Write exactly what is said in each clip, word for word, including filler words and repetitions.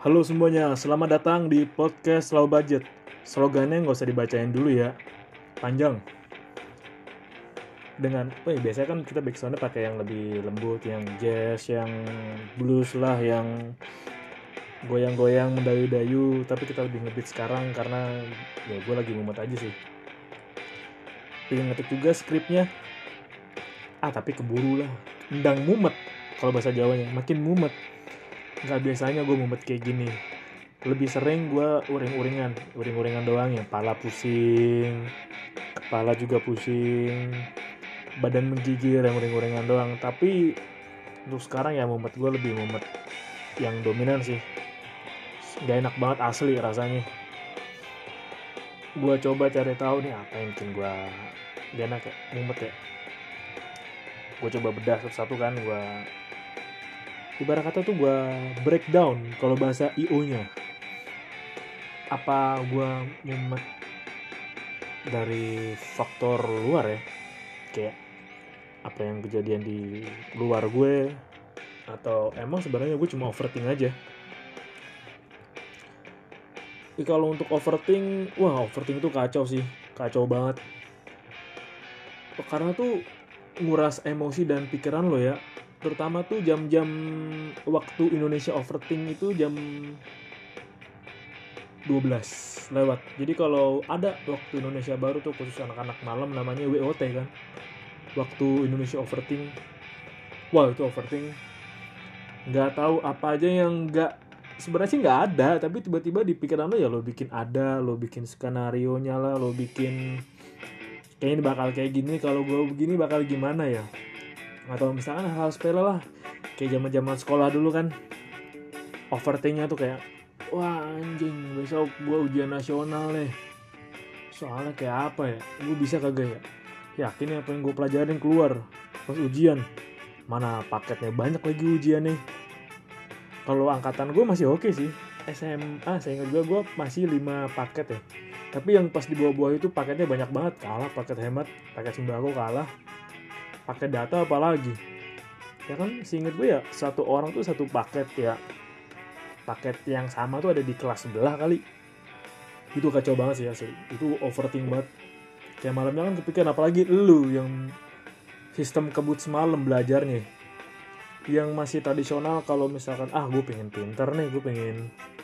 Halo semuanya, selamat datang di podcast Low Budget. Slogannya nggak usah dibacain dulu ya, panjang. Dengan, oh ya, biasanya kan kita backsoundnya pakai yang lebih lembut, yang jazz, yang blues lah, yang goyang-goyang, mendayu-dayu. Tapi kita lebih ngebeat sekarang karena ya gue lagi mumet aja sih. Pengen ngetik juga skripnya. Ah tapi keburu lah, endang mumet kalau bahasa Jawanya, makin mumet. Nggak biasanya gue mumet kayak gini. Lebih sering gue uring-uringan uring-uringan doang ya, kepala pusing, kepala juga pusing, badan menggigil, yang uring-uringan doang. Tapi untuk sekarang ya mumet gue lebih mumet yang dominan sih. Gak enak banget asli rasanya. Gue coba cari tahu nih apa yang bikin gue gak enak ya, mumet ya. Gue coba bedah satu-satu kan, gue ibarat kata tuh gue breakdown kalau bahasa I O nya. Apa gue mumet dari faktor luar ya, kayak apa yang kejadian di luar gue, atau emang sebenarnya gue cuma overthink aja. Tapi kalau untuk overthink, wah overthink tuh kacau sih, kacau banget. Karena tuh nguras emosi dan pikiran lo ya, terutama tuh jam-jam waktu Indonesia overthink itu jam dua belas lewat. Jadi kalau ada waktu Indonesia baru tuh khusus anak-anak malam namanya W O T kan, waktu Indonesia overthink. Wah itu overthink, nggak tahu apa aja yang nggak, sebenarnya sih nggak ada, tapi tiba-tiba di pikiran lo ya lo bikin ada, lo bikin skenario nya lah, lo bikin kayaknya bakal kayak gini, kalau gue begini bakal gimana ya. Atau misalkan hal sepele lah, kayak zaman-zaman sekolah dulu kan, overthinknya tuh kayak, wah anjing besok gue ujian nasional nih, soalnya kayak apa ya, gue bisa kagak ya, yakin apa yang gue pelajarin keluar pas ujian, mana paketnya banyak lagi ujian nih. Kalau angkatan gue masih oke sih, S M A saya ingat gue gue masih lima paket ya, tapi yang pas di bawah-bawah itu paketnya banyak banget, kalah paket hemat, paket sembako kalah, paket data apalagi ya kan. Seinget gue ya satu orang tuh satu paket ya, paket yang sama tuh ada di kelas sebelah kali. Itu kacau banget sih asli, itu overthink banget. Kayak malamnya kan kepikiran, apalagi lu yang sistem kebut semalam belajarnya, yang masih tradisional. Kalau misalkan ah gue pengen pinter nih, gue pengen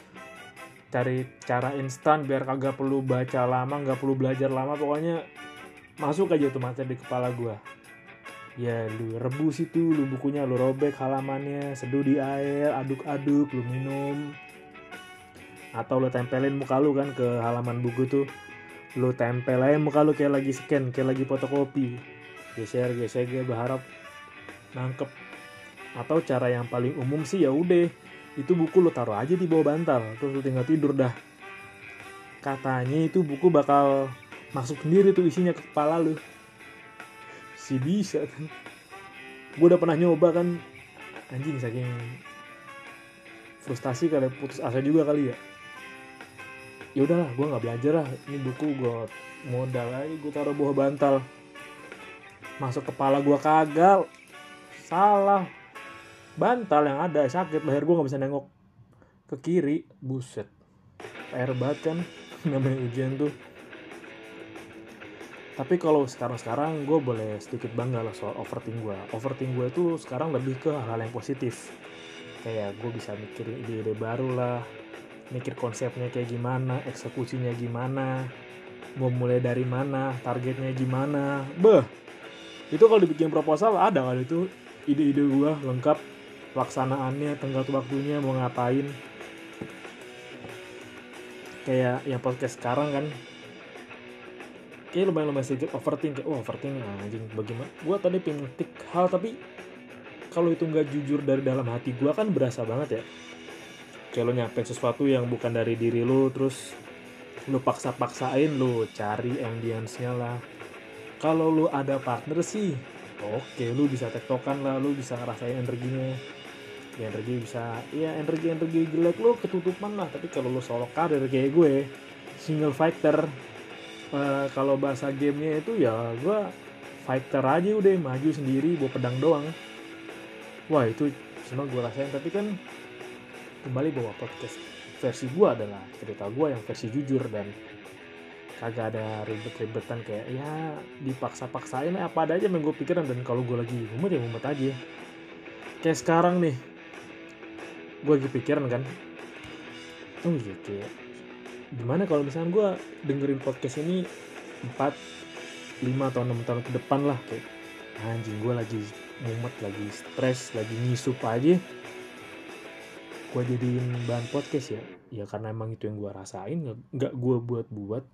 cari cara instan biar kagak perlu baca lama, gak perlu belajar lama, pokoknya masuk aja tuh materi di kepala gue. Ya lu rebus itu, lu bukunya lu robek halamannya, seduh di air, aduk-aduk, lu minum. Atau lu tempelin muka lu kan ke halaman buku tuh, lu tempel aja muka lu kayak lagi scan, kayak lagi fotokopi, geser geser geser berharap nangkep. Atau cara yang paling umum sih ya udah, itu buku lu taruh aja di bawah bantal, terus lu tinggal tidur dah. Katanya itu buku bakal masuk sendiri tuh isinya ke kepala lu. Si bisa kan, gue udah pernah nyoba kan, anjing saking frustasi kali, putus asa juga kali ya. Ya udahlah, gue nggak belajar lah, ini buku gue modal aja, gue taruh bawah bantal, masuk kepala gue kagak, salah bantal yang ada, sakit leher gue, nggak bisa nengok ke kiri, buset, air banget kan namanya ujian tuh. Tapi kalau sekarang-sekarang gue boleh sedikit bangga lah soal overthink gue. Overthink gue itu sekarang lebih ke hal-hal yang positif. Kayak gue bisa mikirin ide-ide baru lah, mikir konsepnya kayak gimana, eksekusinya gimana, mau mulai dari mana, targetnya gimana. Beh, itu kalau dibikin proposal ada kali itu ide-ide gue lengkap, pelaksanaannya, tenggat waktunya, mau ngapain. Kayak yang podcast sekarang kan, kayak lumayan-lumayan sedikit overthink, kayak oh overthink anjing bagaimana. Gue tadi pengen ngetik hal, tapi kalau itu nggak jujur dari dalam hati gue kan berasa banget ya. Kayak lo nyampein sesuatu yang bukan dari diri lo, terus lo paksa-paksain, lo cari ambience-nya lah. Kalau lo ada partner sih, oke, lo bisa tektokan lah, lo bisa ngerasain energinya. Ya energi bisa, ya energi-energi jelek lo ketutupan lah. Tapi kalau lo solo karir kayak gue, single fighter, Uh, kalau bahasa gamenya itu ya gue fighter aja udah, maju sendiri bawa pedang doang. Wah itu seneng gue rasain. Tapi kan kembali bahwa podcast versi gue adalah cerita gue yang versi jujur dan kagak ada ribet-ribetan kayak ya dipaksa-paksain apa ada aja yang gue pikiran, dan kalau gue lagi mumet ya mumet aja. Kayak sekarang nih gue lagi pikiran kan, oh iya kayak gimana kalau misalnya gue dengerin podcast ini empat, lima atau enam tahun ke depan lah, kayak anjing gue lagi mumet, lagi stres, lagi ngisup aja gue jadiin bahan podcast ya. Ya karena emang itu yang gue rasain, gak, gak gue buat-buat.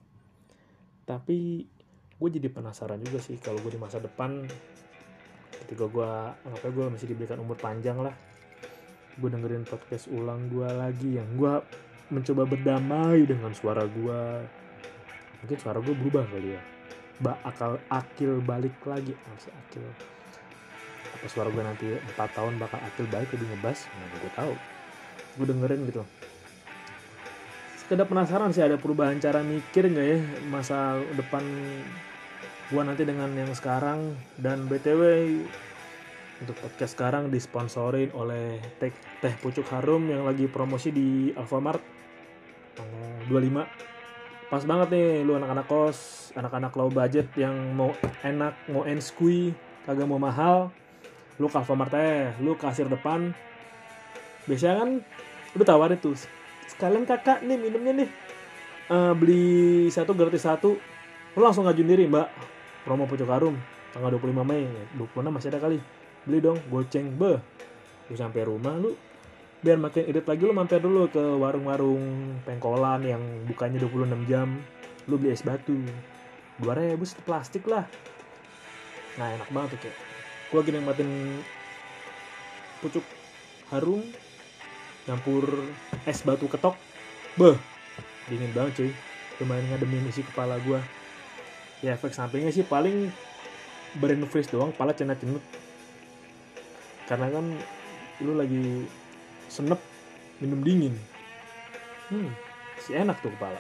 Tapi gue jadi penasaran juga sih kalau gue di masa depan, ketika gue anggapnya gue masih diberikan umur panjang lah, gue dengerin podcast ulang gue lagi yang gue mencoba berdamai dengan suara gue. Mungkin suara gue berubah kali ya, ba akal akil balik lagi, masih akil. Apa suara gue nanti empat tahun bakal akil balik lebih ngebas? Nah gue tahu. Gue dengerin gitu. Sekedar penasaran sih ada perubahan cara mikir nggak ya masa depan gue nanti dengan yang sekarang. Dan B T W untuk podcast sekarang disponsorin oleh teh, teh pucuk harum yang lagi promosi di Alfamart tanggal dua puluh lima. Pas banget nih lu anak-anak kos, anak-anak low budget yang mau enak, mau enskui, kagak mau mahal, lu ke Alfamart teh, lu kasir depan. Biasanya kan lu tawarin tuh, sekalian kakak nih minumnya nih, uh, beli satu gratis satu, lu langsung ngajuin diri, mbak, promo pucuk harum tanggal dua puluh lima Mei, dua puluh enam masih ada kali, beli dong, goceng, beh, lu sampai rumah lu biar makin irit lagi lu mampir dulu ke warung-warung pengkolan yang bukanya dua puluh enam jam, lu beli es batu dua ribu satu plastik lah. Nah enak banget tuh, kayak gue lagi nikmatin pucuk harum campur es batu ketok, beh dingin banget cuy, lumayan ngademin isi kepala gue. Ya efek sampingnya sih paling brain freeze doang, kepala cenut-cenut karena kan lu lagi senep minum dingin. Hmm, si enak tuh kepala.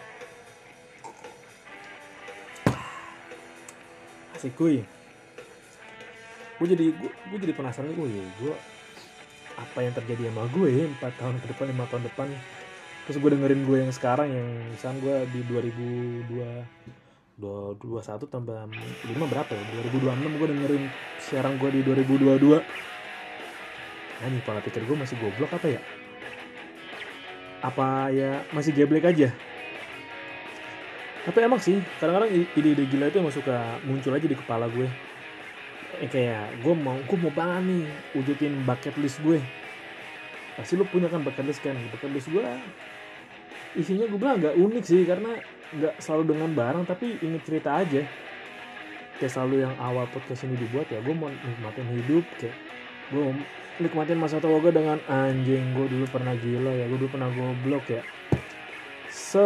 Asik kuy. Gue jadi gue, gue jadi penasaran gue ya, gue apa yang terjadi sama gue ya empat tahun ke depan, lima tahun depan. Terus gue dengerin gue yang sekarang yang misalnya gue di dua ribu dua puluh dua satu tambah lima berapa ya? dua ribu dua puluh enam gue dengerin siaran gue di dua ribu dua puluh dua. Nah nih pola pikir gue masih goblok apa ya? Apa ya masih geblek aja? Tapi emang sih kadang-kadang ide-ide gila itu emang suka muncul aja di kepala gue. Eh kayak gue mau gue mau banget nih wujudin bucket list gue. Pasti lu punya kan bucket list kan? Bucket list gue isinya gue bilang nggak unik sih karena nggak selalu dengan barang, tapi inget cerita aja. Kayak selalu yang awal podcast ini dibuat ya gue mau nikmatin hidup, kayak gue nikmatin masa tua gue dengan anjing gue dulu pernah gila ya, gue dulu pernah goblok ya. Se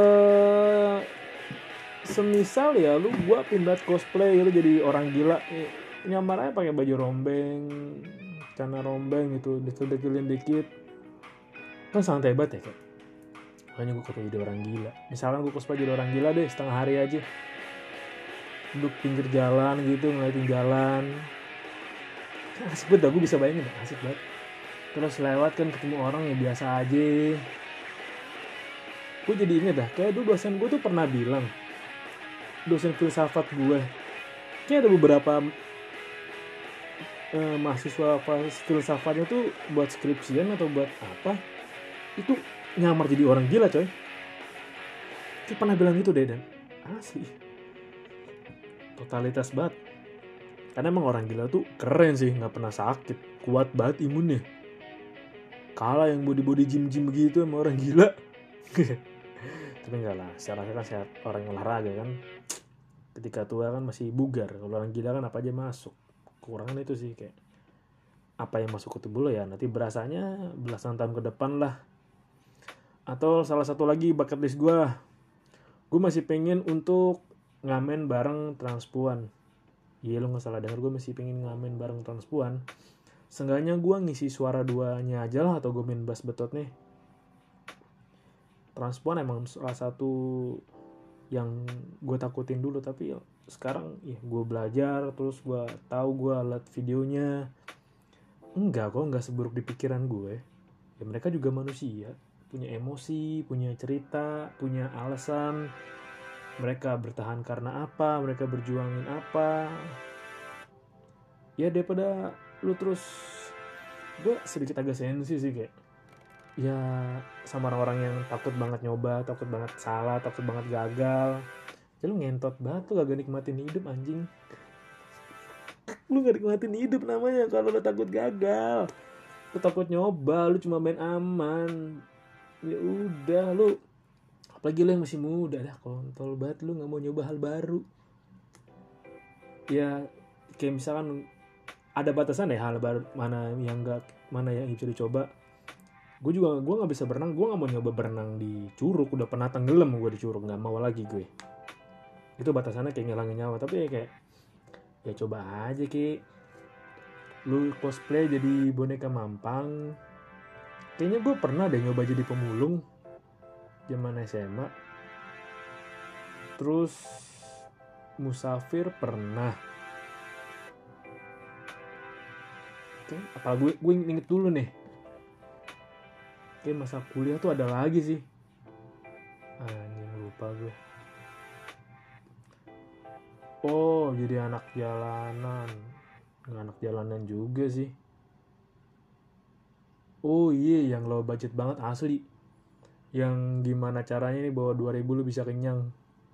semisal ya lu gua pindah cosplay lu jadi orang gila, eh, nyamar aja pakai baju rombeng, celana rombeng gitu, dikit-dikitin dikit. Kan santai banget ya kayak. Makanya gue kepingin jadi orang gila. Misalkan gue cosplay jadi orang gila deh setengah hari aja. Duduk pinggir jalan gitu, ngeliatin jalan. Asik banget dah, gue bisa bayangin dah, asik banget. Terus lewat kan ketemu orang yang biasa aja. Gue jadi inget dah, kayak dulu dosen gue tuh pernah bilang, dosen filsafat gue, kayak ada beberapa eh, mahasiswa filsafatnya tuh buat skripsian atau buat apa, itu nyamar jadi orang gila coy. Kayak pernah bilang gitu deh, dan asli totalitas banget. Karena emang orang gila tuh keren sih, gak pernah sakit, kuat banget imunnya. Kalah yang body-body gym-gym begitu sama orang gila. Tapi enggak lah, secara kan sehat orang yang olahraga kan. Ketika tua kan masih bugar, kalau orang gila kan apa aja masuk. Kekurangan itu sih, kayak apa yang masuk ke tubuh lo ya nanti berasanya belasan tahun ke depan lah. Atau salah satu lagi bucket list gue, gue masih pengen untuk ngamen bareng transpuan. Iya lo gak salah denger, gue masih pengen ngamen bareng transpuan. Seenggaknya gue ngisi suara duanya aja lah, atau gue main bass betot nih. Transpuan emang salah satu yang gue takutin dulu, tapi sekarang ya gue belajar, terus gue tahu, gue liat videonya. Enggak kok, enggak seburuk di pikiran gue. Ya mereka juga manusia. punya emosi, punya cerita, punya alasan. Mereka bertahan karena apa, mereka berjuangin apa. Ya daripada lu terus, gue sedikit agak sensi sih kayak, ya sama orang-orang yang takut banget nyoba, takut banget salah, takut banget gagal. Ya lu ngentot banget, lu gak nikmatin hidup anjing. Lu gak nikmatin hidup namanya kalau lu takut gagal. Lu takut nyoba, lu cuma main aman. Ya udah lu, apalagi lu yang masih muda dah, kontol banget lu gak mau nyoba hal baru. Ya kayak misalkan ada batasan ya hal baru mana yang gak, mana yang bisa dicoba. Gue juga gue nggak bisa berenang, gue nggak mau nyoba berenang di curug, udah pernah tenggelam gue di curug, nggak mau lagi gue. Itu batasannya kayak ngilangin nyawa. Tapi ya kayak, ya coba aja kayak lu cosplay jadi boneka Mampang. Kayaknya gue pernah deh nyoba jadi pemulung zaman S M A. Terus musafir pernah. Oke, apa gue gue inget dulu nih. Kayak masa kuliah tuh ada lagi sih. Anjing lupa gue. Oh, jadi anak jalanan. Nggak anak jalanan juga sih. Oh iya, yang low budget banget asli. Yang gimana caranya nih bawa dua ribu lu bisa kenyang.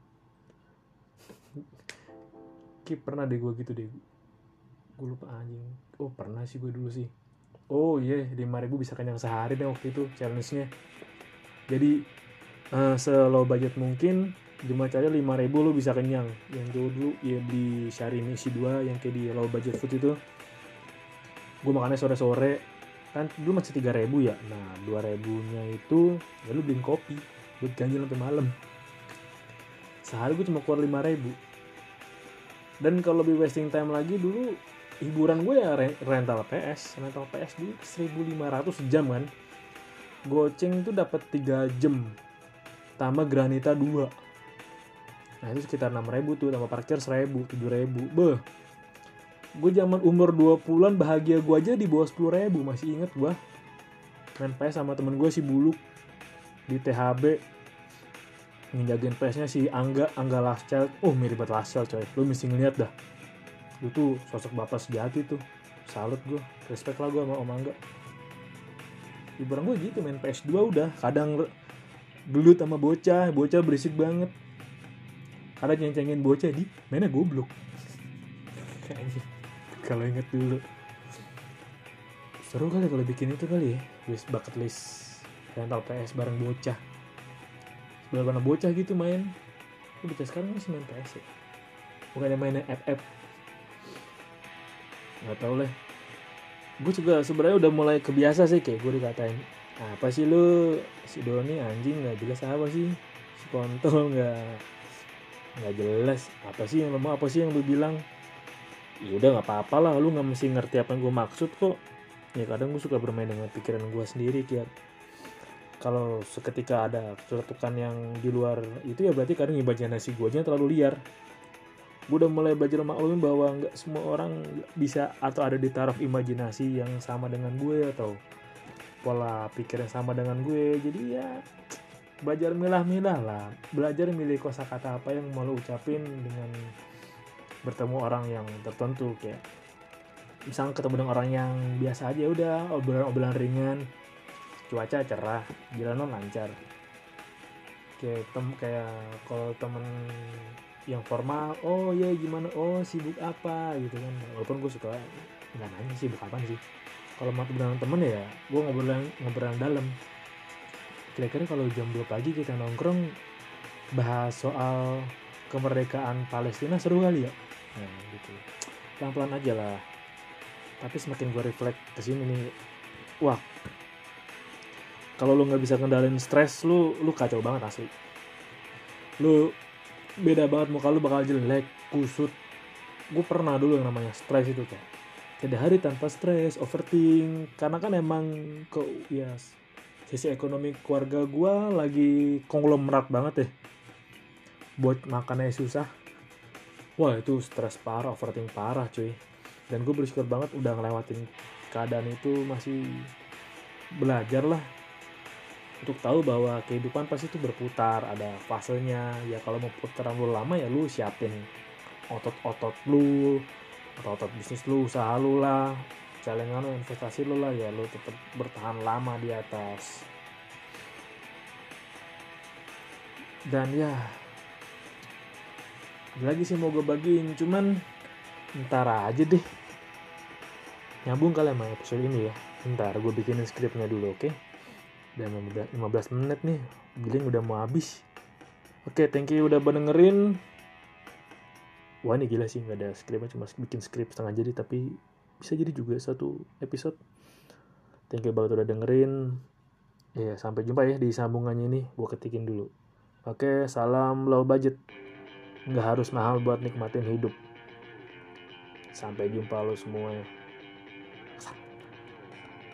Kayak pernah deh gue gitu deh. Gue lupa anjing. Oh pernah sih gue dulu sih. Oh iya, yeah, lima ribu bisa kenyang sehari deh waktu itu challenge-nya. Jadi uh, se-low budget mungkin, cuma caranya lima ribu lu bisa kenyang. Yang dulu ya beli Syahrini isi dua yang kayak di low budget food itu. Gue makannya sore-sore. Kan dulu masih tiga ribu ya. Nah dua ribunya itu ya lu beliin kopi buat ganjil sampai malam. Sehari gue cuma keluar lima ribu. Dan kalau lebih wasting time lagi dulu, hiburan gue ya rental P S. Rental P S dulu seribu lima ratus jam kan. Goceng itu dapat tiga jam. Tambah granita dua. Nah itu sekitar enam ribu tuh. Tambah parkir seribu, tujuh ribu. Beuh. Gue zaman umur dua puluhan bahagia gue aja di bawah sepuluh ribu. Masih inget gue. Main P S sama temen gue si Buluk. Di T H B. Ngejagain P S-nya si Angga. Angga Last Child. Oh mirip banget Last Child coy. Lu mesti ngeliat dah. Lu tuh sosok bapak sejati tuh. Salut gue. Respect lah gue sama Om Angga. Hiburan gue gitu main P S dua udah. Kadang gelut sama bocah. Bocah berisik banget. Kadang nyencengin bocah di mainnya goblok. Kayaknya kalau inget dulu. Seru kali kalau bikin itu kali ya. List bucket list rental P S bareng bocah. Bener-bener bocah gitu main. Lu bocah sekarang masih main P S ya? Bukannya mainnya F F. Gak tau lah. Gue juga sebenarnya udah mulai kebiasa sih kayak gue dikatain, apa sih lu si Doni anjing nggak jelas apa sih, si kontol nggak nggak jelas apa sih yang lu mau, apa sih yang lu bilang. Ya udah nggak apa-apa lah, lu nggak mesti ngerti apa yang gue maksud kok. Ya kadang gue suka bermain dengan pikiran gue sendiri kayak. Kalau seketika ada celetukan yang di luar itu ya berarti kadang imajinasi gue aja terlalu liar. Gue udah mulai belajar maklumin bahwa nggak semua orang bisa atau ada di taraf imajinasi yang sama dengan gue atau pola pikir yang sama dengan gue. Jadi ya belajar milah-milah lah, belajar milih kosakata apa yang mau lo ucapin dengan bertemu orang yang tertentu. Kayak misalnya ketemu dengan orang yang biasa aja, udah obrolan-obrolan ringan, cuaca cerah, jalanan lancar. Kayak tem kayak kalau temen yang formal, oh ya gimana, oh sibuk apa gitu kan. Walaupun gue suka nggak nanya sibuk apa sih. Kalau mau ngobrol temen ya gue ngobrol ngobrol dalam. Kira-kira kalau jam dua pagi kita nongkrong bahas soal kemerdekaan Palestina seru kali ya. Nah gitu, pelan-pelan aja lah. Tapi semakin gue reflect kesini nih, wah kalau lu nggak bisa kendalin stres lu, lu kacau banget asli. Lu beda banget, muka lu bakal jelek, kusut. Gue pernah dulu yang namanya stres itu kayak tidak hari tanpa stres, overthink. Karena kan emang ke ya sisi ekonomi keluarga gue lagi konglomerat banget ya. Buat makannya susah. Wah itu stres parah, overthink parah cuy. Dan gue bersyukur banget udah ngelewatin keadaan itu, masih belajar lah. untuk tahu bahwa kehidupan pasti itu berputar, ada fasenya. Ya kalau mau putar terlalu lama ya lu siapin otot-otot lu, otot-otot bisnis lu, usaha lu lah, celengan lu, investasi lu lah, ya lu tetap bertahan lama di atas. Dan ya lagi sih mau gue bagiin, cuman ntar aja deh, nyambung kali sama episode ini ya. Ntar gue bikinin skripnya dulu, oke? Okay? Udah lima belas menit nih, giling udah mau habis. Oke, okay, thank you udah dengerin. Wah ini gila sih, gak ada skripnya, cuma bikin skrip setengah jadi, tapi bisa jadi juga satu episode. Thank you banget udah dengerin. Ya, sampai jumpa ya di sambungannya ini. Gue ketikin dulu. Oke, salam low budget. Nggak harus mahal buat nikmatin hidup. Sampai jumpa lo semuanya.